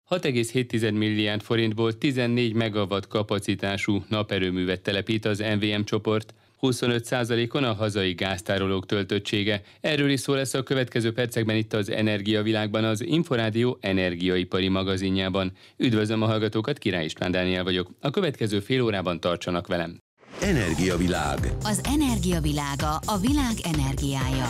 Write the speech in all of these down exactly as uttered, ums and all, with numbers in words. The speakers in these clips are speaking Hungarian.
hat egész hét milliárd forintból tizennégy megawatt kapacitású naperőművet telepít az em vé em csoport, huszonöt százalékon a hazai gáztárolók töltöttsége. Erről is szó lesz a következő percekben itt az Energiavilágban, az Inforádió energiaipari magazinjában. Üdvözlöm a hallgatókat, Király István Dániel vagyok. A következő fél órában tartsanak velem. Energiavilág. Az energiavilága, a világ energiája.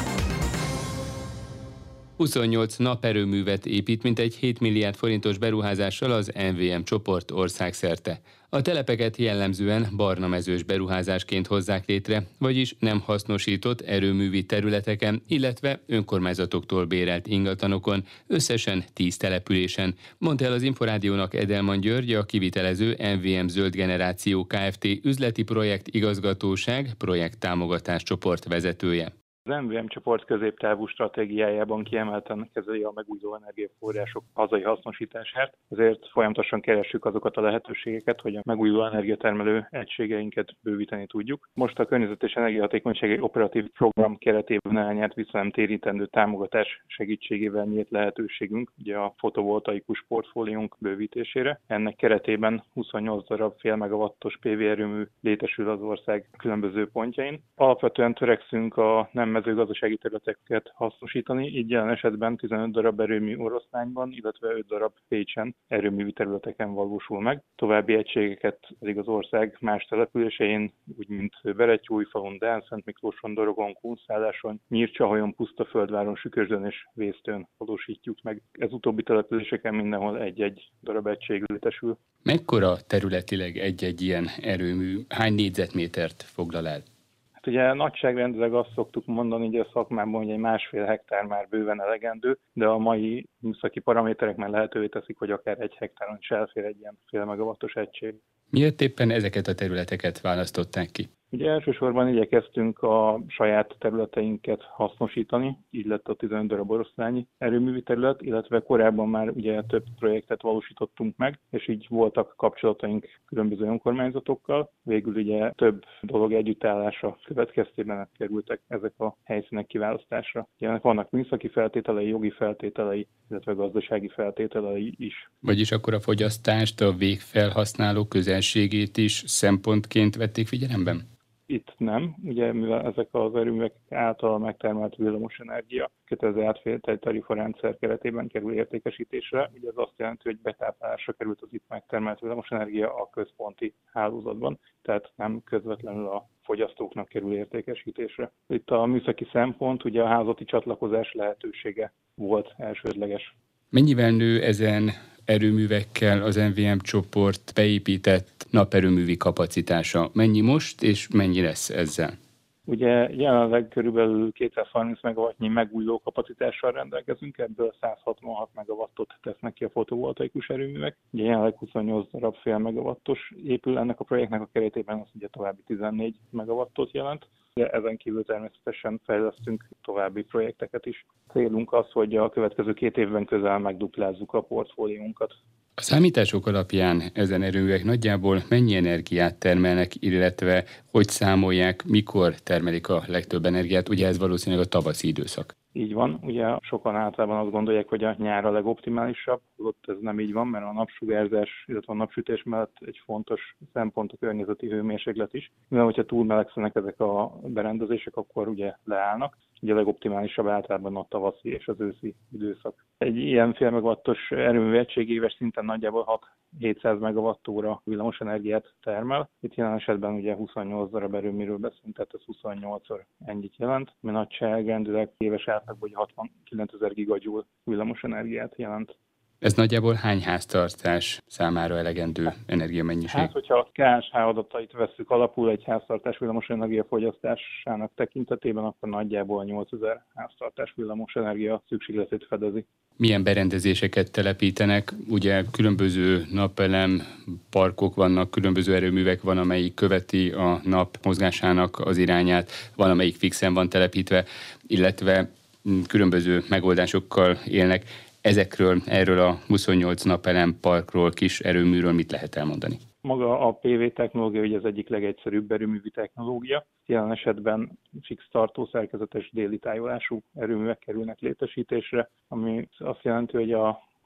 huszonnyolc naperőművet épít mintegy hét milliárd forintos beruházással az em vé em csoport országszerte. A telepeket jellemzően barnamezős beruházásként hozzák létre, vagyis nem hasznosított erőművi területeken, illetve önkormányzatoktól bérelt ingatlanokon, összesen tíz településen, mondta el az Inforádiónak Edelman György, a kivitelező em vé em Zöld Generáció Kft. Üzleti projekt igazgatóság projekttámogatás csoport vezetője. Az em vé em csoport középtávú stratégiájában kiemelten kezeli a megújuló energiaforrások hazai hasznosítását, ezért folyamatosan keressük azokat a lehetőségeket, hogy a megújuló energiatermelő egységeinket bővíteni tudjuk. Most a környezet és energiahatékonysági operatív program keretében elnyert visszanemtérítendő támogatás segítségével nyílt lehetőségünk ugye a fotovoltaikus portfóliónk bővítésére. Ennek keretében huszonnyolc darab fél megawattos pé vé erőmű létesül az ország különböző pontjain. Alapvetően törekszünk a nem mezőgazdasági területeket hasznosítani, így jelen esetben tizenöt darab erőmű Oroszlányban, illetve öt darab Pécsen erőművi területeken valósul meg. További egységeket pedig az ország más településein, úgy mint Berettyóújfalun, Deán, Szent Miklóson, Dorogon, Kunszálláson, Nyírcsahajon, Pusztaföldváron, Sükösdön és Vésztőn valósítjuk meg. Ez utóbbi településeken mindenhol egy-egy darab egység létesül. Mekkora területileg egy-egy ilyen erőmű, hány négyzetmétert foglal el? Hát ugye nagyságrendileg azt szoktuk mondani ugye a szakmában, hogy egy másfél hektár már bőven elegendő, de a mai műszaki paraméterek már lehetővé teszik, hogy akár egy hektáron is elfér egy ilyen fél megawattos egység. Miért éppen ezeket a területeket választották ki? Ugye elsősorban igyekeztünk a saját területeinket hasznosítani, így lett a tizenöt darab oroszlányi erőművi terület, illetve korábban már ugye több projektet valósítottunk meg, és így voltak kapcsolataink különböző önkormányzatokkal. Végül ugye több dolog együttállása következtében kerültek ezek a helyszínek kiválasztásra. Ennek vannak műszaki feltételei, jogi feltételei, illetve gazdasági feltételei is. Vagyis akkor a fogyasztást, a végfelhasználó közelségét is szempontként vették figyelemben? Itt nem, ugye mivel ezek az erőművek által megtermelt villamosenergia kötelező átvételi tarifarendszer keretében kerül értékesítésre, ugye ez azt jelenti, hogy betáplálásra került az itt megtermelt villamosenergia a központi hálózatban, tehát nem közvetlenül a fogyasztóknak kerül értékesítésre. Itt a műszaki szempont, ugye a hálózati csatlakozás lehetősége volt elsődleges. Mennyivel nő ezen erőművekkel az em vé em csoport beépített naperőművi kapacitása? Mennyi most, és mennyi lesz ezzel? Ugye jelenleg körülbelül kétszázharminc megawattnyi megújuló kapacitással rendelkezünk, ebből száz hatvanhat megawattot tesznek ki a fotovoltaikus erőművek. Ugye jelenleg huszonnyolc darab fél megawattos épül, ennek a projektnek a keretében az ugye további tizennégy megawattot jelent. De ezen kívül természetesen fejlesztünk további projekteket is. Célunk az, hogy a következő két évben közel megduplázzuk a portfóliónkat. A számítások alapján ezen erőművek nagyjából mennyi energiát termelnek, illetve hogy számolják, mikor termelik a legtöbb energiát? Ugye ez valószínűleg a tavaszi időszak. Így van, ugye sokan általában azt gondolják, hogy a nyár a legoptimálisabb, ott ez nem így van, mert a napsugárzás, illetve a napsütés mellett egy fontos szempont a környezeti hőmérséklet is. Mivel hogyha túl melegszenek ezek a berendezések, akkor ugye leállnak. Ugye a legoptimálisabb általában a tavaszi és az őszi időszak. Egy ilyen fél megawattos erőmű egység éves szinten nagyjából hat-hétszáz megawattóra villamosenergiát termel. Itt jelen esetben ugye huszonnyolc darab erőműről beszélünk, tehát ez huszonnyolcszor ennyit jelent. Mi nagyságrendileg éves átlagban hatvankilencezer gigajoule villamosenergiát jelent. Ez nagyjából hány háztartás számára elegendő energiamennyiség? Hát, hogyha a ká es há adatait vesszük alapul egy háztartás villamosenergia fogyasztásának tekintetében, akkor nagyjából nyolcezer háztartás villamosenergia szükségletét fedezi. Milyen berendezéseket telepítenek? Ugye különböző napelem parkok vannak, különböző erőművek, van, amelyik követi a nap mozgásának az irányát, van, amelyik fixen van telepítve, illetve különböző megoldásokkal élnek. Ezekről, erről a huszonnyolc napelem parkról, kis erőműről mit lehet elmondani? Maga a pé vé technológia ugye az egyik legegyszerűbb erőművi technológia. Jelen esetben fix tartószerkezetes déli tájolású erőművek kerülnek létesítésre, ami azt jelenti, hogy a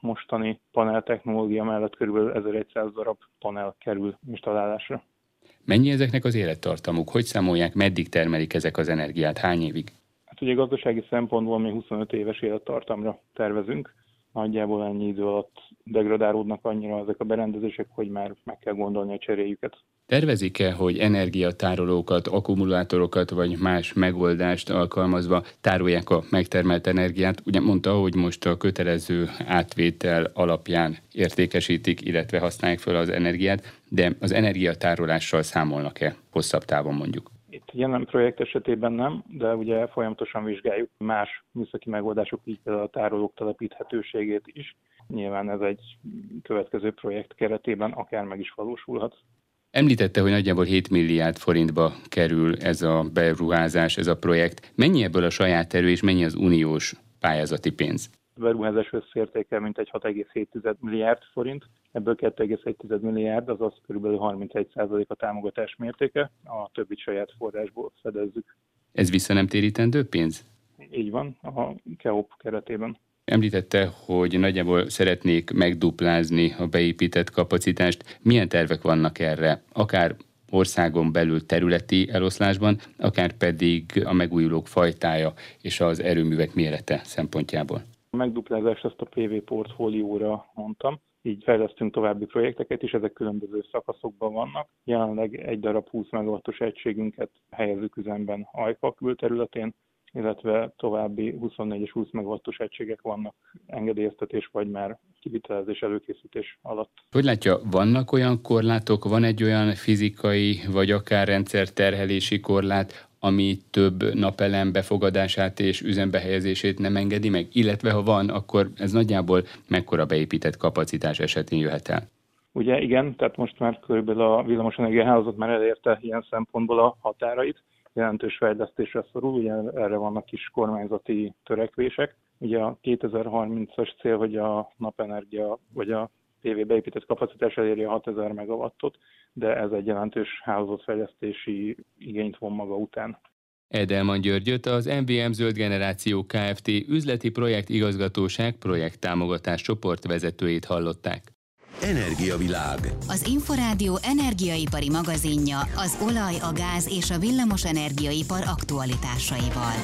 mostani panel technológia mellett kb. ezerszáz darab panel kerül installálásra. Mennyi ezeknek az élettartamuk? Hogy számolják, meddig termelik ezek az energiát? Hány évig? Hát ugye gazdasági szempontból mi huszonöt éves élettartamra tervezünk. Nagyjából ennyi idő alatt degradálódnak annyira ezek a berendezések, hogy már meg kell gondolni a cseréjüket. Tervezik-e, hogy energiatárolókat, akkumulátorokat vagy más megoldást alkalmazva tárolják a megtermelt energiát? Ugye mondta, hogy most a kötelező átvétel alapján értékesítik, illetve használják fel az energiát, de az energiatárolással számolnak-e hosszabb távon mondjuk? Itt jelen projekt esetében nem, de ugye folyamatosan vizsgáljuk más műszaki megoldások, így például a tárolók telepíthetőségét is. Nyilván ez egy következő projekt keretében akár meg is valósulhat. Említette, hogy nagyjából hét milliárd forintba kerül ez a beruházás, ez a projekt. Mennyi ebből a saját erő és mennyi az uniós pályázati pénz? A beruházás összértéke mintegy hat egész hét milliárd forint, ebből kettő egész egy milliárd, azaz kb. harmincegy százalék a támogatás mértéke, a többit saját forrásból fedezzük. Ez vissza nem térítendő pénz? Így van, a KEOP keretében. Említette, hogy nagyjából szeretnék megduplázni a beépített kapacitást. Milyen tervek vannak erre? Akár országon belül területi eloszlásban, akár pedig a megújulók fajtája és az erőművek mérete szempontjából. A megduplázást azt a pé vé portfólióra mondtam. Így fejlesztünk további projekteket is, ezek különböző szakaszokban vannak. Jelenleg egy darab húsz megawattos egységünket helyezzük üzemben Ajka külterületén, illetve további huszonnégy és húsz megawattos egységek vannak engedélyeztetés vagy már kivitelezés előkészítés alatt. Hogy látja, vannak olyan korlátok, van egy olyan fizikai vagy akár rendszerterhelési korlát, ami több napelem befogadását és üzembe helyezését nem engedi meg? Illetve ha van, akkor ez nagyjából mekkora beépített kapacitás esetén jöhet el? Ugye igen, tehát most már körülbelül a villamosenergia hálózat már elérte ilyen szempontból a határait, jelentős fejlesztésre szorul, ugye erre vannak is kormányzati törekvések. Ugye a kétezer-harmincas cél, hogy a napenergia vagy a pé vé beépített kapacitás elérje a hatezer megawattot, de ez egy jelentős hálózatfejlesztési igényt von maga után. Edelman Györgyöt, az em vé em Zöld Generáció Kft. Üzleti projektigazgatóság projekttámogatás csoport vezetőjét hallották. Energiavilág. Az Inforádió energiaipari magazinja az olaj, a gáz és a villamos energiaipar aktualitásaival.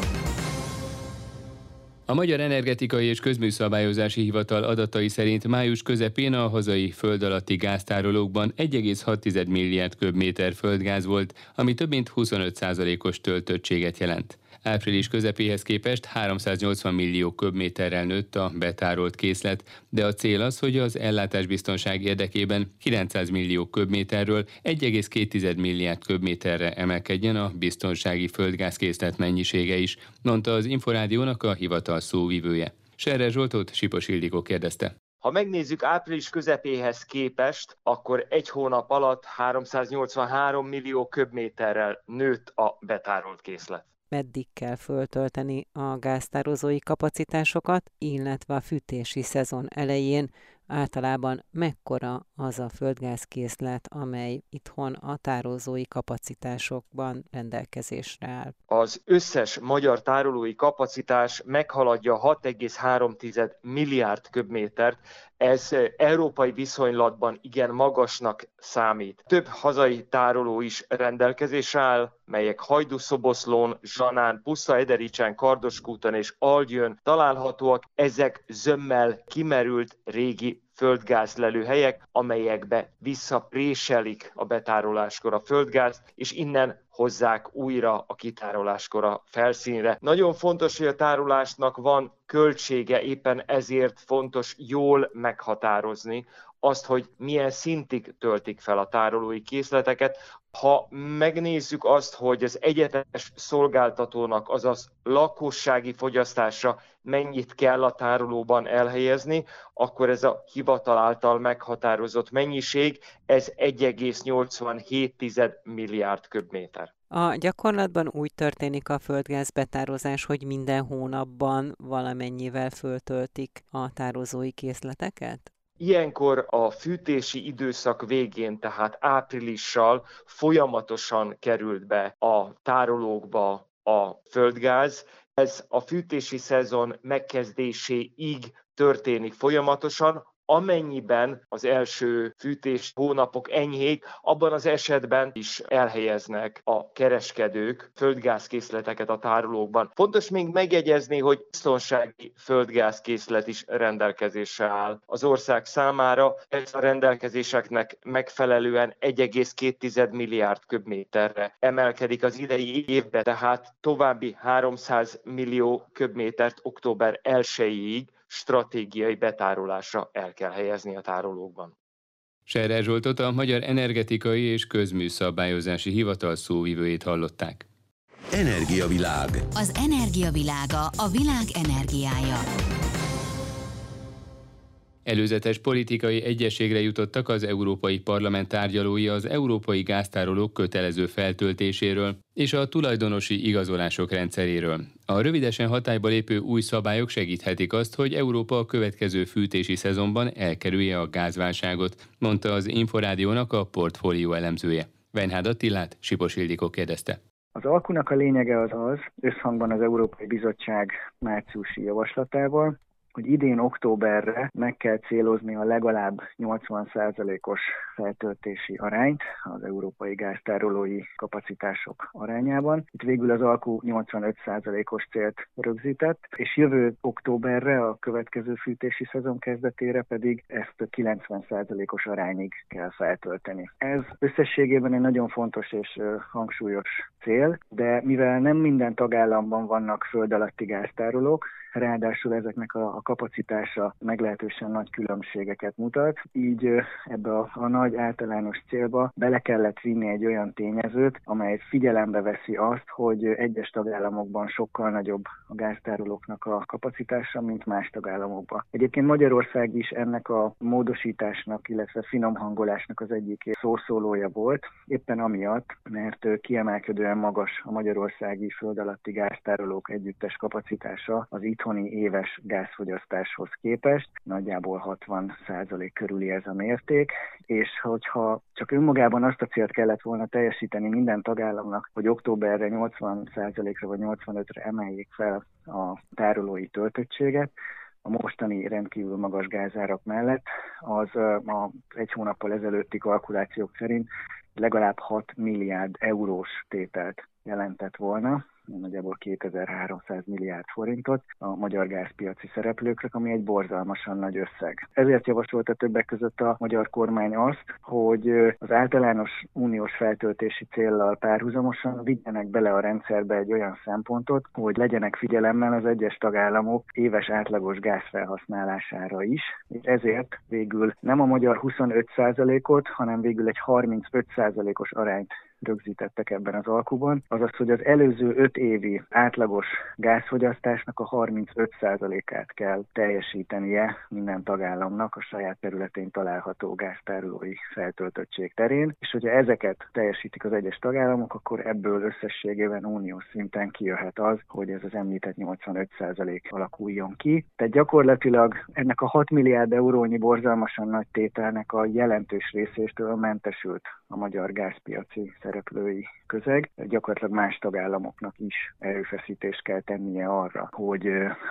A Magyar Energetikai és Közműszabályozási Hivatal adatai szerint május közepén a hazai föld alatti gáztárolókban egy egész hat milliárd köbméter földgáz volt, ami több mint huszonöt százalékos töltöttséget jelent. Április közepéhez képest háromszáznyolcvan millió köbméterrel nőtt a betárolt készlet, de a cél az, hogy az ellátásbiztonság érdekében kilencszáz millió köbméterről egy egész két milliárd köbméterre emelkedjen a biztonsági földgázkészlet mennyisége is, mondta az Inforádiónak a hivatal szóvivője. Serre Zsoltot Sipos Ildikó kérdezte. Ha megnézzük április közepéhez képest, akkor egy hónap alatt háromszáznyolcvanhárom millió köbméterrel nőtt a betárolt készlet. Meddig kell föltölteni a gáztározói kapacitásokat, illetve a fűtési szezon elején általában mekkora az a földgázkészlet, amely itthon a tározói kapacitásokban rendelkezésre áll. Az összes magyar tárolói kapacitás meghaladja hat egész három milliárd köbmétert, ez európai viszonylatban igen magasnak számít. Több hazai tároló is rendelkezésre áll, melyek Hajdú-Szoboszlón, Zsanán, Puszta-Edericsen, Kardoskúton és Algyőn találhatóak. Ezek zömmel kimerült régi földgázlelőhelyek, amelyekbe visszapréselik a betároláskor a földgáz, és innen hozzák újra a kitároláskor a felszínre. Nagyon fontos, hogy a tárolásnak van költsége, éppen ezért fontos jól meghatározni azt, hogy milyen szintig töltik fel a tárolói készleteket. Ha megnézzük azt, hogy az egyetemes szolgáltatónak, azaz lakossági fogyasztásra mennyit kell a tárolóban elhelyezni, akkor ez a hivatal által meghatározott mennyiség, ez egy egész nyolcvanhét milliárd köbméter. A gyakorlatban úgy történik a földgáz betározás, hogy minden hónapban valamennyivel föltöltik a tározói készleteket? Ilyenkor a fűtési időszak végén, tehát áprilissal folyamatosan került be a tárolókba a földgáz. Ez a fűtési szezon megkezdéséig történik folyamatosan. Amennyiben az első fűtés hónapok enyhék, abban az esetben is elhelyeznek a kereskedők földgázkészleteket a tárolókban. Fontos még megjegyezni, hogy biztonsági földgázkészlet is rendelkezésre áll az ország számára. Ez a rendelkezéseknek megfelelően egy egész két milliárd köbméterre emelkedik az idei évben, tehát további háromszáz millió köbmétert október elsejéig stratégiai betárolásra el kell helyezni a tárolókban. Scherer Zsoltot, a Magyar Energetikai és Közműszabályozási Hivatal szóvivőjét hallották. Energiavilág. Az energia világa, a világ energiája. Előzetes politikai egyezségre jutottak az Európai Parlament tárgyalói az európai gáztárolók kötelező feltöltéséről és a tulajdonosi igazolások rendszeréről. A rövidesen hatályba lépő új szabályok segíthetik azt, hogy Európa a következő fűtési szezonban elkerülje a gázválságot, mondta az Inforádiónak a portfólió elemzője. Weinhard Attilát Sipos Ildikó kérdezte. Az alkunak a lényege az az, összhangban az Európai Bizottság márciusi javaslatával, hogy idén októberre meg kell célozni a legalább nyolcvan százalékos feltöltési arányt az európai gáztárolói kapacitások arányában. Itt végül az alkú nyolcvanöt százalékos célt rögzített, és jövő októberre, a következő fűtési szezon kezdetére pedig ezt a kilencven százalékos arányig kell feltölteni. Ez összességében egy nagyon fontos és hangsúlyos cél, de mivel nem minden tagállamban vannak föld alatti gáztárolók, ráadásul ezeknek a, a kapacitása meglehetősen nagy különbségeket mutat, így ebbe a, a nagy általános célba bele kellett vinni egy olyan tényezőt, amely figyelembe veszi azt, hogy egyes tagállamokban sokkal nagyobb a gáztárolóknak a kapacitása, mint más tagállamokban. Egyébként Magyarország is ennek a módosításnak, illetve finomhangolásnak az egyik szószólója volt, éppen amiatt, mert kiemelkedően magas a magyarországi föld alatti gáztárolók együttes kapacitása az itthoni éves gázfogyasztáshoz képest, nagyjából hatvan százalék körüli ez a mérték, és hogyha csak önmagában azt a célt kellett volna teljesíteni minden tagállamnak, hogy októberre nyolcvan százalékra vagy nyolcvanötre emeljék fel a tárolói töltöttséget, a mostani rendkívül magas gázárak mellett, az a egy hónappal ezelőtti kalkulációk szerint legalább hat milliárd eurós tételt jelentett volna, nagyjából kétezer-háromszáz milliárd forintot a magyar gázpiaci szereplőknek, ami egy borzalmasan nagy összeg. Ezért javasolta többek között a magyar kormány azt, hogy az általános uniós feltöltési céllal párhuzamosan vigyenek bele a rendszerbe egy olyan szempontot, hogy legyenek figyelemmel az egyes tagállamok éves átlagos gázfelhasználására is, és ezért végül nem a magyar huszonöt százalékot, hanem végül egy harmincöt százalékos arányt rögzítettek ebben az alkuban, azaz, hogy az előző öt évi átlagos gázfogyasztásnak a harmincöt százalékát kell teljesítenie minden tagállamnak a saját területén található gáztárolói feltöltöttség terén, és hogyha ezeket teljesítik az egyes tagállamok, akkor ebből összességében uniós szinten kijöhet az, hogy ez az említett nyolcvanöt százalék alakuljon ki. Tehát gyakorlatilag ennek a hat milliárd eurónyi borzalmasan nagy tételnek a jelentős részéstől mentesült a magyar gázpiaci szereplői közeg. Gyakorlatilag más tagállamoknak is erőfeszítést kell tennie arra, hogy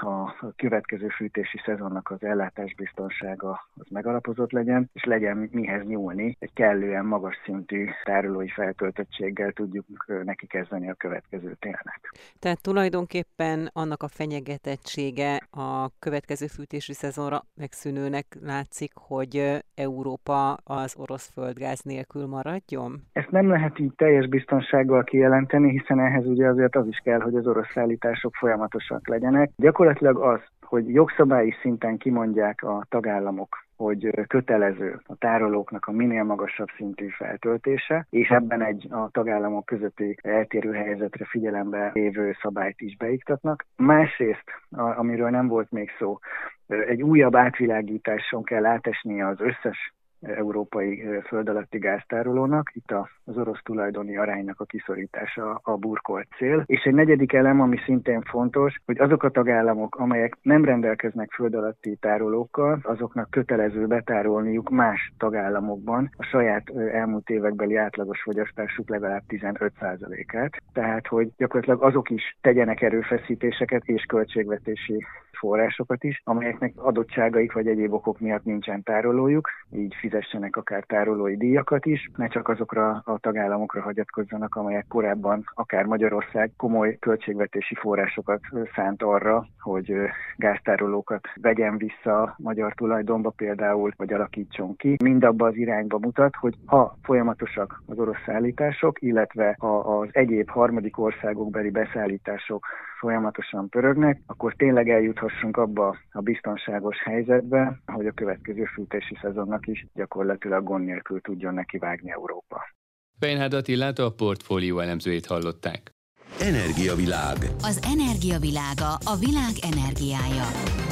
a következő fűtési szezonnak az ellátásbiztonsága az megalapozott legyen, és legyen mihez nyúlni, egy kellően magas szintű tárolói feltöltöttséggel tudjuk neki kezdeni a következő télnek. Tehát tulajdonképpen annak a fenyegetettsége a következő fűtési szezonra megszűnőnek látszik, hogy Európa az orosz földgáz nélkül maradjon? Ezt nem lehet így teljes biztonsággal kijelenteni, hiszen ehhez ugye azért az is kell, hogy az orosz szállítások folyamatosak legyenek. Gyakorlatilag az, hogy jogszabályi szinten kimondják a tagállamok, hogy kötelező a tárolóknak a minél magasabb szintű feltöltése, és ebben egy a tagállamok közötti eltérő helyzetre figyelembe lévő szabályt is beiktatnak. Másrészt, amiről nem volt még szó, egy újabb átvilágításon kell átesnie az összes európai föld alatti gáztárolónak, itt az orosz tulajdoni aránynak a kiszorítása a burkolt cél. És egy negyedik elem, ami szintén fontos, hogy azok a tagállamok, amelyek nem rendelkeznek föld alatti tárolókkal, azoknak kötelező betárolniuk más tagállamokban a saját elmúlt évekbeli átlagos fogyasztásuk legalább tizenöt százalékát. Tehát, hogy gyakorlatilag azok is tegyenek erőfeszítéseket és költségvetési forrásokat is, amelyeknek adottságaik vagy egyéb okok miatt nincsen tárolójuk, így fizessenek akár tárolói díjakat is, ne csak azokra a tagállamokra hagyatkozzanak, amelyek korábban akár Magyarország komoly költségvetési forrásokat szánt arra, hogy gáztárolókat vegyen vissza magyar tulajdonba például, vagy alakítson ki. Mindabba az irányba mutat, hogy ha folyamatosak az orosz szállítások, illetve ha az egyéb harmadik országokbeli beszállítások folyamatosan pörögnek, akkor tényleg eljuthassunk abba a biztonságos helyzetbe, hogy a következő fűtési szezonnak is gyakorlatilag gond nélkül tudjon nekivágni Európa. Feinhád Attilát, a portfólió elemzőjét hallották. Energiavilág. Az energiavilága, a világ energiája.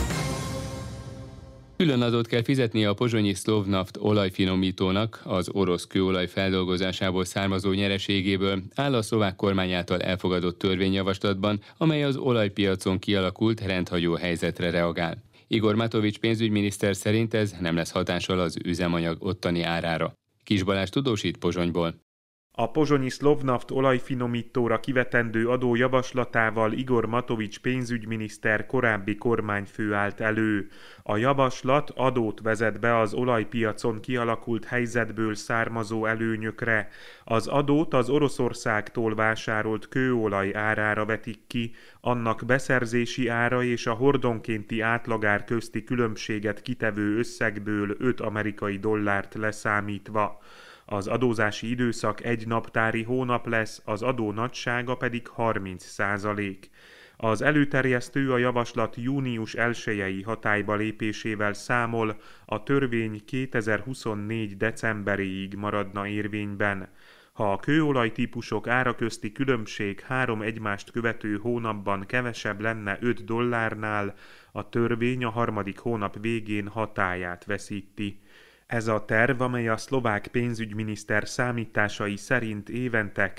Külön adót kell fizetnie a pozsonyi Slovnaft olajfinomítónak az orosz kőolaj feldolgozásából származó nyereségéből, áll a szlovák kormány által elfogadott törvényjavaslatban, amely az olajpiacon kialakult rendhagyó helyzetre reagál. Igor Matovics pénzügyminiszter szerint ez nem lesz hatással az üzemanyag ottani árára. Kis Balázs tudósít Pozsonyból. A pozsonyi Slovnaft olajfinomítóra kivetendő adó javaslatával Igor Matovics pénzügyminiszter korábbi kormányfő állt elő. A javaslat adót vezet be az olajpiacon kialakult helyzetből származó előnyökre. Az adót az Oroszországtól vásárolt kőolaj árára vetik ki, annak beszerzési ára és a hordonkénti átlagár közti különbséget kitevő összegből öt amerikai dollárt leszámítva. Az adózási időszak egy naptári hónap lesz, az adó nagysága pedig harminc százalék. Az előterjesztő a javaslat június elsejei hatályba lépésével számol, a törvény kétezer-huszonnégy decemberéig maradna érvényben. Ha a kőolajtípusok ára közti különbség három egymást követő hónapban kevesebb lenne öt dollárnál, a törvény a harmadik hónap végén hatályát veszíti. Ez a terv, amely a szlovák pénzügyminiszter számításai szerint évente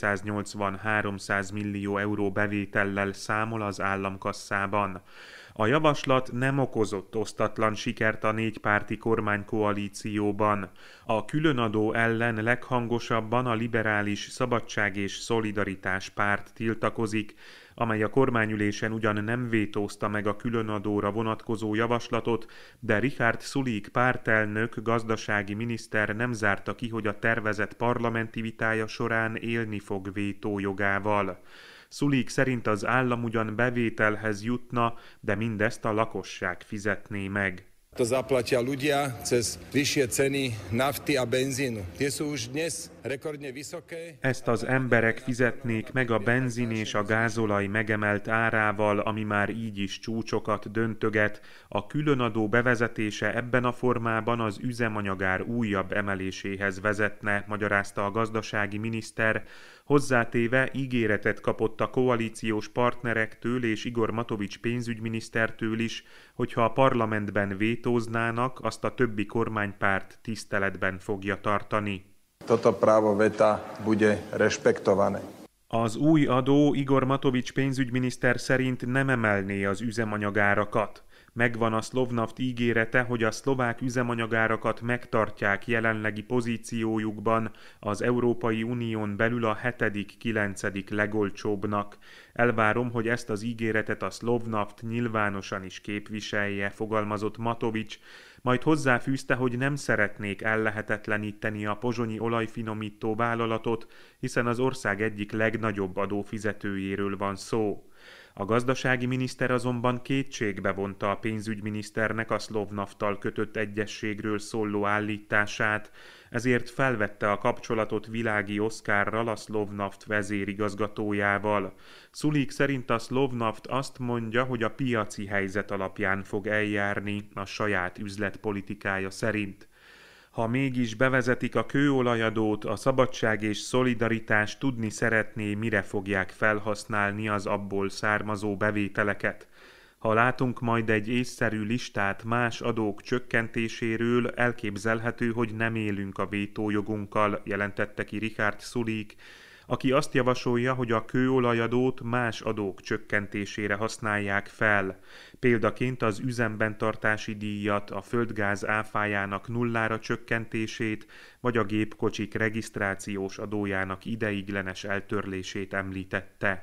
kétszáznyolcvan-háromszáz millió euró bevétellel számol az államkasszában. A javaslat nem okozott osztatlan sikert a négypárti kormánykoalícióban. A különadó ellen leghangosabban a liberális Szabadság és Szolidaritás párt tiltakozik, amely a kormányülésen ugyan nem vétózta meg a különadóra vonatkozó javaslatot, de Richard Sulík pártelnök, gazdasági miniszter nem zárta ki, hogy a tervezet parlamenti vitája során élni fog vétójogával. Sulík szerint az állam ugyan bevételhez jutna, de mindezt a lakosság fizetné meg. To zaplatia ľudia cez vyššie ceny nafty a benzínu. Tie sú už dnes rekordne vysoké. Ezt az emberek fizetnék meg a benzin és a gázolaj megemelt árával, ami már így is csúcsokat döntöget. A különadó bevezetése ebben a formában az üzemanyagár újabb emeléséhez vezetne, magyarázta a gazdasági miniszter. Hozzátéve ígéretet kapott a koalíciós partnerektől és Igor Matovics pénzügyminisztertől is, hogyha a parlamentben vétóznának, azt a többi kormánypárt tiszteletben fogja tartani. Toto právo veta bude rešpektované. Az új adó Igor Matovics pénzügyminiszter szerint nem emelné az üzemanyagárakat. Megvan a Slovnaft ígérete, hogy a szlovák üzemanyagárakat megtartják jelenlegi pozíciójukban, az Európai Unión belül a hetedik-kilencedik legolcsóbbnak. Elvárom, hogy ezt az ígéretet a Slovnaft nyilvánosan is képviselje, fogalmazott Matovics, majd hozzáfűzte, hogy nem szeretnék ellehetetleníteni a pozsonyi olajfinomító vállalatot, hiszen az ország egyik legnagyobb adófizetőjéről van szó. A gazdasági miniszter azonban kétségbe vonta a pénzügyminiszternek a Slovnafttal kötött egyezségről szóló állítását, ezért felvette a kapcsolatot Világi Oszkárral, a Slovnaft vezérigazgatójával. Sulík szerint a Slovnaft azt mondja, hogy a piaci helyzet alapján fog eljárni a saját üzletpolitikája szerint. Ha mégis bevezetik a kőolajadót, a Szabadság és Szolidaritás tudni szeretné, mire fogják felhasználni az abból származó bevételeket. Ha látunk majd egy észszerű listát más adók csökkentéséről, elképzelhető, hogy nem élünk a vétójogunkkal, jelentette ki Richard Sulík, aki azt javasolja, hogy a kőolajadót más adók csökkentésére használják fel. Példaként az üzemben tartási díjat, a földgáz áfájának nullára csökkentését, vagy a gépkocsik regisztrációs adójának ideiglenes eltörlését említette.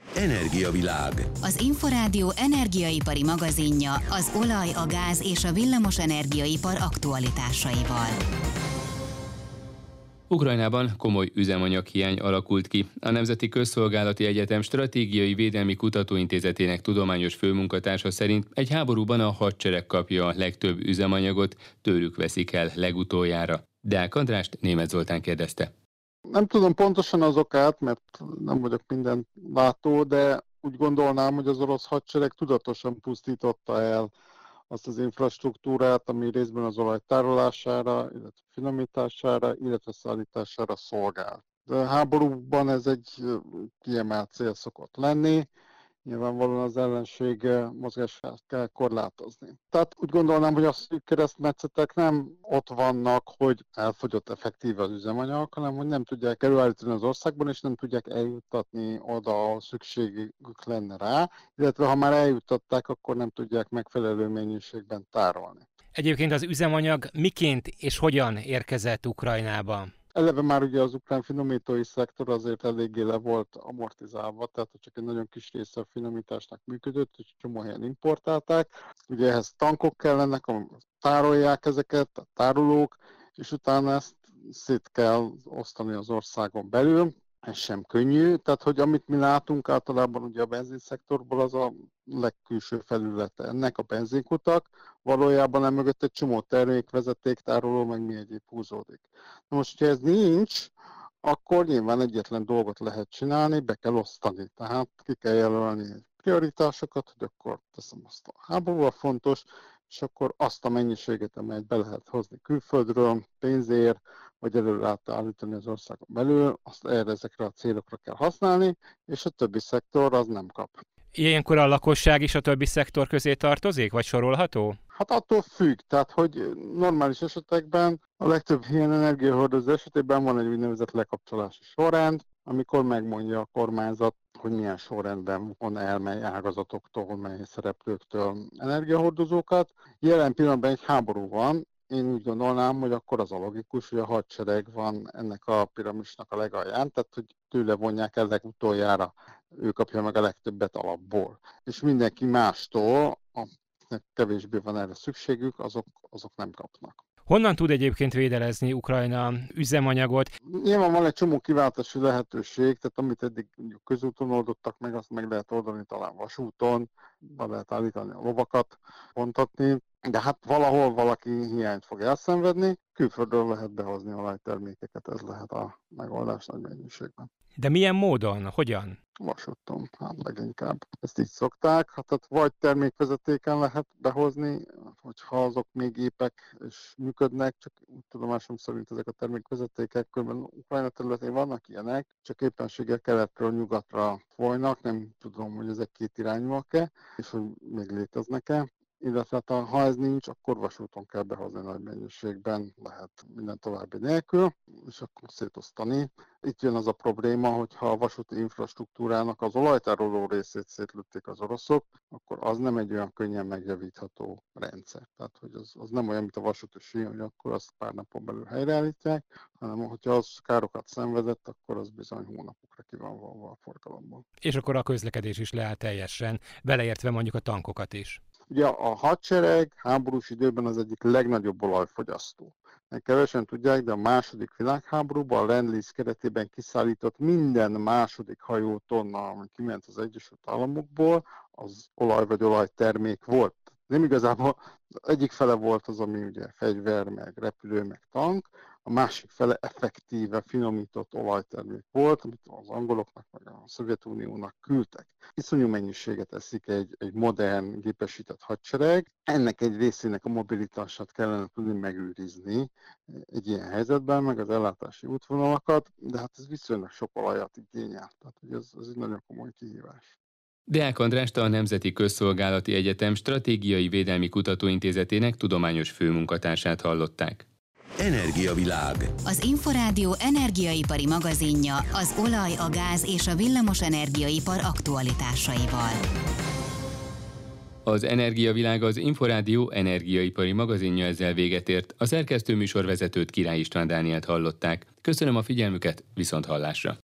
Energiavilág. Az Inforádió energiaipari magazinja az olaj, a gáz és a villamos energiaipar aktualitásaival. Ukrajnában komoly üzemanyaghiány alakult ki. A Nemzeti Közszolgálati Egyetem Stratégiai Védelmi Kutatóintézetének tudományos főmunkatársa szerint egy háborúban a hadsereg kapja a legtöbb üzemanyagot, tőlük veszik el legutoljára. Deák Andrást Németh Zoltán kérdezte. Nem tudom pontosan az okát, mert nem vagyok minden látó, de úgy gondolnám, hogy az orosz hadsereg tudatosan pusztította el azt az infrastruktúrát, ami részben az olaj tárolására, illetve finomítására, illetve szállítására szolgál. De a háborúban ez egy kiemelt cél szokott lenni, nyilvánvalóan az ellenség mozgását kell korlátozni. Tehát úgy gondolnám, hogy a szűk keresztmetszetek nem ott vannak, hogy elfogyott effektíve az üzemanyag, hanem hogy nem tudják előállítani az országban, és nem tudják eljuttatni oda, ahol szükségük lenne rá, illetve ha már eljuttatták, akkor nem tudják megfelelő mennyiségben tárolni. Egyébként az üzemanyag miként és hogyan érkezett Ukrajnába? Eleve már ugye az ukrán finomítói szektor azért eléggé le volt amortizálva, tehát csak egy nagyon kis része a finomításnak működött, és csomó helyen importálták. Ugye ehhez tankok kellenek, tárolják ezeket, a tárolók, és utána ezt szét kell osztani az országon belül. Ez sem könnyű, tehát hogy amit mi látunk általában ugye a benzinszektorból, az a legkülső felülete ennek a benzinkutak, valójában emögött egy csomó termékvezeték, tároló, meg mi egyéb húzódik. Na most, hogyha ez nincs, akkor nyilván egyetlen dolgot lehet csinálni, be kell osztani. Tehát ki kell jelölni prioritásokat, hogy akkor teszem azt a háborúval fontos, és akkor azt a mennyiséget, amelyet be lehet hozni külföldről, pénzért, vagy elő lehet állítani az országon belül, azt erre ezekre a célokra kell használni, és a többi szektor az nem kap. Ilyenkor a lakosság is a többi szektor közé tartozik, vagy sorolható? Hát attól függ, tehát hogy normális esetekben a legtöbb ilyen energiahordozó esetében van egy úgynevezett lekapcsolási sorrend, amikor megmondja a kormányzat, hogy milyen sorrendben von el mely ágazatoktól, mely szereplőktől energiahordozókat. Jelen pillanatban egy háború van, én úgy gondolnám, hogy akkor az a logikus, hogy a hadsereg van ennek a piramisnak a legalján, tehát hogy tőle vonják el legutoljára, ő kapja meg a legtöbbet alapból. És mindenki mástól, akiknek kevésbé van erre szükségük, azok, azok nem kapnak. Honnan tud egyébként védelezni Ukrajna üzemanyagot? Nyilván van egy csomó kiváltási lehetőség, tehát amit eddig közúton oldottak meg, azt meg lehet oldani talán vasúton, be lehet állítani a lovakat, pontatni, de hát valahol valaki hiányt fog elszenvedni, külföldről lehet behozni olajtermékeket, ez lehet a megoldás nagy mennyiségben. De milyen módon? Hogyan? Vasúton, hát leginkább. Ezt így szokták, hát, hát vagy termékvezetéken lehet behozni, hogyha azok még épek és működnek, csak tudomásom szerint ezek a termékvezetékek körülbelül Ukrajna területén vannak ilyenek, csak éppenséggel keletről nyugatra folynak, nem tudom, hogy ezek két irányúak-e, és hogy még léteznek-e. Illetve ha ez nincs, akkor vasúton kell behozni nagy mennyiségben, lehet minden további nélkül, és akkor szétosztani. Itt jön az a probléma, hogy ha a vasúti infrastruktúrának az olajtároló részét szétlőtték az oroszok, akkor az nem egy olyan könnyen megjavítható rendszer. Tehát, hogy az, az nem olyan, mint a vasúti sín, hogy akkor azt pár napon belül helyreállítják, hanem hogyha az károkat szenvedett, akkor az bizony hónapokra ki van valva a forgalomból. És akkor a közlekedés is leáll teljesen, beleértve mondjuk a tankokat is. Ugye a hadsereg háborús időben az egyik legnagyobb olajfogyasztó. Kevesen tudják, de a második világháborúban a Lend-Lease keretében kiszállított minden második hajótonna, ami kiment az Egyesült Államokból, az olaj vagy olajtermék volt. Nem igazából egyik fele volt az, ami ugye fegyver, meg repülő, meg tank, a másik fele effektíve finomított olajtermék volt, amit az angoloknak vagy a Szovjetuniónak küldtek. Iszonyú mennyiséget eszik egy, egy modern, gépesített hadsereg. Ennek egy részének a mobilitását kellene tudni megőrizni egy ilyen helyzetben, meg az ellátási útvonalakat, de hát ez viszonylag sok olajat igényel. Tehát hogy ez, ez egy nagyon komoly kihívás. Deák Andrást, a Nemzeti Közszolgálati Egyetem Stratégiai Védelmi Kutatóintézetének tudományos főmunkatársát hallották. Energiavilág. Az Inforádió energiaipari magazinja az olaj, a gáz és a villamos energiaipar aktualitásaival. Az Energiavilág az Inforádió energiaipari magazinja ezzel véget ért. A szerkesztő műsorvezetőt, Király István Dánielt hallották. Köszönöm a figyelmüket, viszonthallásra!